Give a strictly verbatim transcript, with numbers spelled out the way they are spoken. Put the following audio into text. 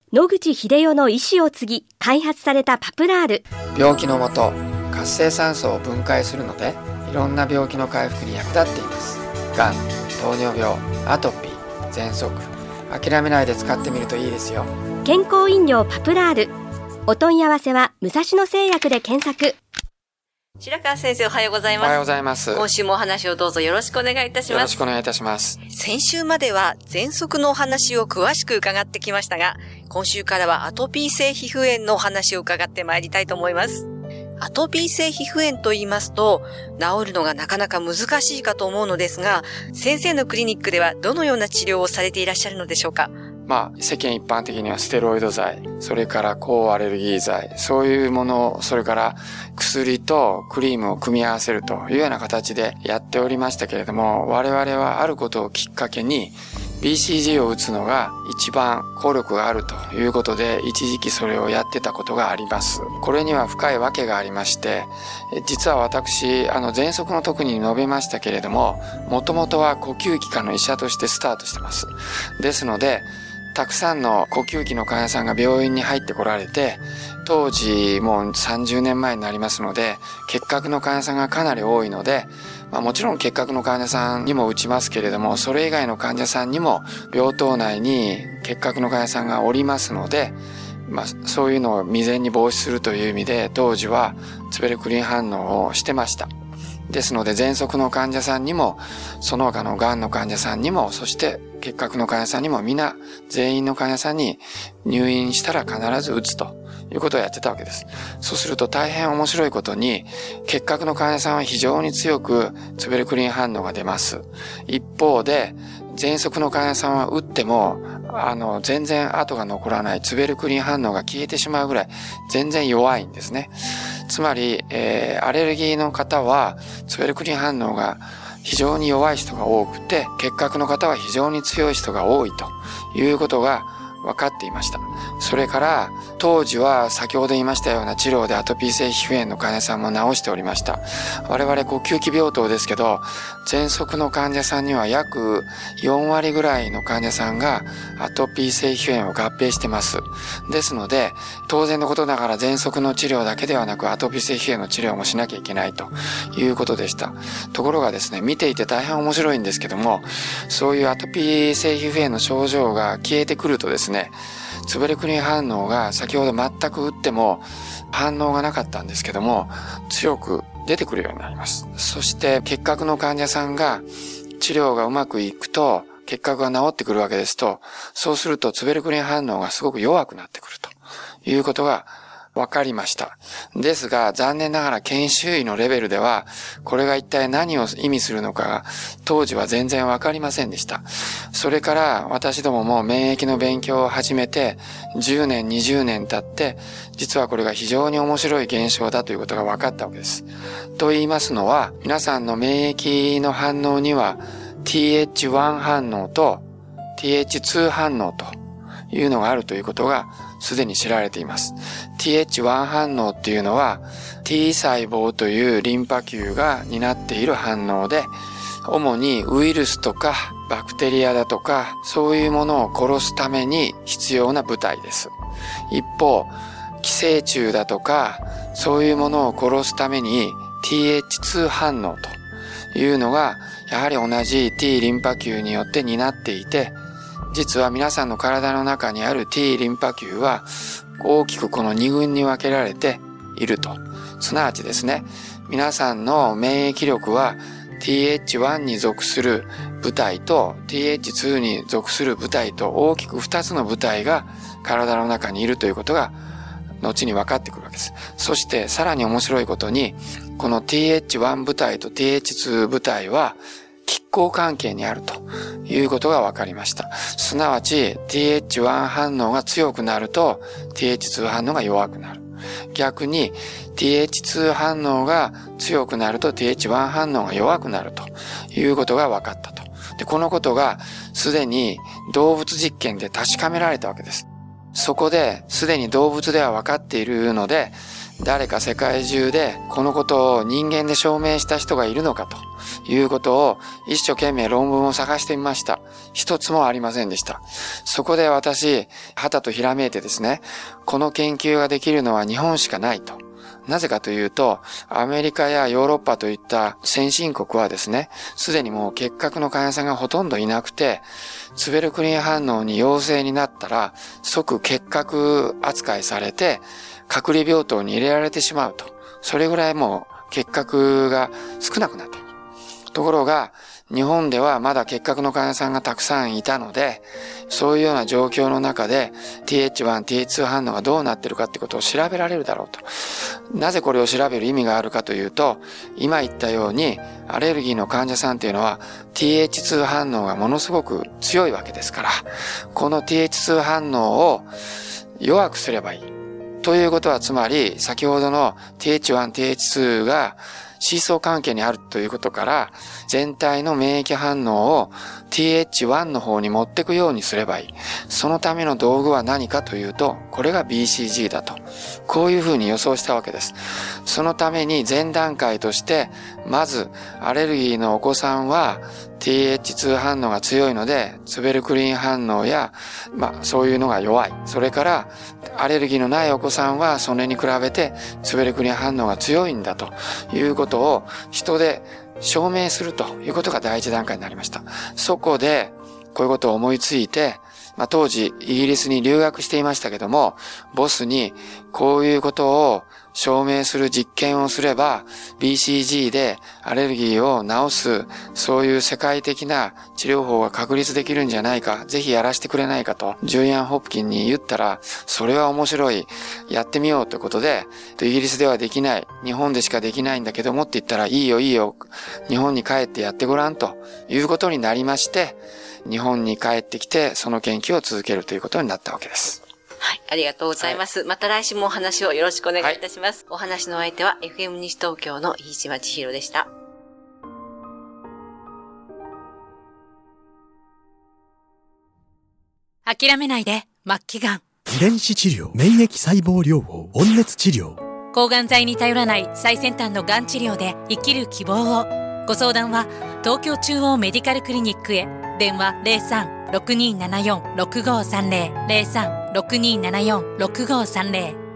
野口英世の遺志を継ぎ開発されたパプラール。 病気のもと、活性酸素を分解するのでいろんな病気の回復に役立っています。がん、糖尿病、アトピー、喘息、諦めないで使ってみるといいですよ。 健康飲料パプラール。お問い合わせは武蔵野製薬で検索。 白川先生、おはようございます。 おはようございます。 今週もお話をどうぞよろしくお願いいたします。 よろしくお願いいたします。 先週までは喘息のお話を詳しく伺ってきましたが、今週からはアトピー性皮膚炎のお話を伺ってまいりたいと思います。アトピー性皮膚炎と言いますと、治るのがなかなか難しいかと思うのですが、先生のクリニックではどのような治療をされていらっしゃるのでしょうか？ まあ、世間一般的にはステロイド剤、それから抗アレルギー剤、そういうもの、それから薬とクリームを組み合わせるというような形でやっておりましたけれども、我々はあることをきっかけに ビーシージー を打つのが一番効力があるということで、一時期それをやってたことがあります。これには深いわけがありまして、実は私、あの、喘息の時に述べましたけれども、もともとは呼吸器科の医者としてスタートしてます。ですので、たくさんの呼吸器の患者さんが病院に入ってこられて、当時もうさんじゅうねんまえになりますので、結核の患者さんがかなり多いので、まあ、もちろん結核の患者さんにも打ちますけれども、それ以外の患者さんにも病棟内に結核の患者さんがおりますので、まあ、そういうのを未然に防止するという意味で、当時はツベルクリン反応をしてました。ですので、喘息の患者さんにも、その他の癌の患者さんにも、そして結核の患者さんにも、皆、全員の患者さんに入院したら必ず打つということをやってたわけです。そうすると大変面白いことに、結核の患者さんは非常に強くツベルクリン反応が出ます。一方で、喘息の患者さんは打っても、あの、全然跡が残らないツベルクリン反応が消えてしまうぐらい、全然弱いんですね。つまり、えー、アレルギーの方は、ツベルクリン反応が非常に弱い人が多くて、結核の方は非常に強い人が多いということが分かっていました。それから、当時は先ほど言いましたような治療でアトピー性皮膚炎の患者さんも治しておりました。我々呼吸器病棟ですけど、喘息の患者さんには約よんわりぐらいの患者さんがアトピー性皮膚炎を合併してます。ですので、当然のことながら喘息の治療だけではなくアトピー性皮膚炎の治療もしなきゃいけないということでした。ところがですね、見ていて大変面白いんですけども、そういうアトピー性皮膚炎の症状が消えてくるとですね、ツベルクリン反応が先ほど全く打っても反応がなかったんですけども、強く出てくるようになります。そして結核の患者さんが治療がうまくいくと結核が治ってくるわけですと、そうするとツベルクリン反応がすごく弱くなってくるということが分かりました。ですが、残念ながら研修医のレベルでは、これが一体何を意味するのかが、当時は全然分かりませんでした。それから私どもも免疫の勉強を始めて、じゅうねん、にじゅうねん経って、実はこれが非常に面白い現象だということが分かったわけです。と言いますのは、皆さんの免疫の反応には、ティーエイチワン 反応と ティーエイチツー 反応というのがあるということが、すでに知られています。ティーエイチワン 反応っていうのは T 細胞というリンパ球が担っている反応で、主にウイルスとかバクテリアだとかそういうものを殺すために必要な部隊です。一方、寄生虫だとかそういうものを殺すために ティーエイチツー 反応というのがやはり同じ T リンパ球によって担っていて、実は皆さんの体の中にある T リンパ球は大きくこのに群に分けられていると。すなわちですね、皆さんの免疫力は ティーエイチワン に属する部隊と ティーエイチツー に属する部隊と大きくふたつの部隊が体の中にいるということが後に分かってくるわけです。そしてさらに面白いことに、この ティーエイチワン 部隊と ティーエイチツー 部隊は拮抗関係にあるということが分かりました。すなわち ティーエイチワン 反応が強くなると ティーエイチツー 反応が弱くなる。逆に ティーエイチツー 反応が強くなると ティーエイチワン 反応が弱くなるということが分かったと。で、このことがすでに動物実験で確かめられたわけです。 そこですでに動物では分かっているので、誰か世界中でこのことを人間で証明した人がいるのかということを一生懸命論文を探してみました。一つもありませんでした。そこで私、はたとひらめいてですね、この研究ができるのは日本しかないと。なぜかというと、アメリカやヨーロッパといった先進国はですね、すでにもう結核の患者さんがほとんどいなくて、ツベルクリン反応に陽性になったら即結核扱いされて隔離病棟に入れられてしまうと。それぐらいもう結核が少なくなっている。ところが日本ではまだ結核の患者さんがたくさんいたので、そういうような状況の中で ティーエイチワン、ティーエイチツー 反応がどうなっているかってことを調べられるだろうと。なぜこれを調べる意味があるかというと、今言ったようにアレルギーの患者さんというのは ティーエイチツー 反応がものすごく強いわけですから、この ティーエイチツー 反応を弱くすればいい。ということはつまり先ほどの ティーエイチワン、ティーエイチツー がシーソー関係にあるということから、全体の免疫反応を ティーエイチワン の方に持っていくようにすればいい。そのための道具は何かというと、これが ビーシージー だと。こういうふうに予想したわけです。そのために前段階として、まずアレルギーのお子さんは ティーエイチツー 反応が強いので、ツベルクリン反応や、まあそういうのが弱い。それからアレルギーのないお子さんはそれに比べてツベルクリン反応が強いんだということを人で証明するということが第一段階になりました。そこでこういうことを思いついて、まあ、当時イギリスに留学していましたけども、ボスにこういうことを証明する実験をすれば ビーシージー でアレルギーを治す、そういう世界的な治療法が確立できるんじゃないか、ぜひやらせてくれないかとジュリアン・ホプキンに言ったら、それは面白い、やってみようということで、イギリスではできない、日本でしかできないんだけどもって言ったら、いいよいいよ、日本に帰ってやってごらんということになりまして、日本に帰ってきてその研究を続けるということになったわけです。 はい、ありがとうございます。はい、また来週もお話をよろしくお願いいたします。はい、お話の相手は エフエム 西東京の飯島千尋でした。 諦めないで、末期がん。 遺伝子治療、免疫細胞療法、温熱治療。 抗がん剤に頼らない最先端のがん治療で生きる希望を。ご相談は東京中央メディカルクリニックへ。電話 ゼロさん ろくにーななよん ろくごーさんゼロ ゼロさん ろくにーななよん ろくごーさんゼロ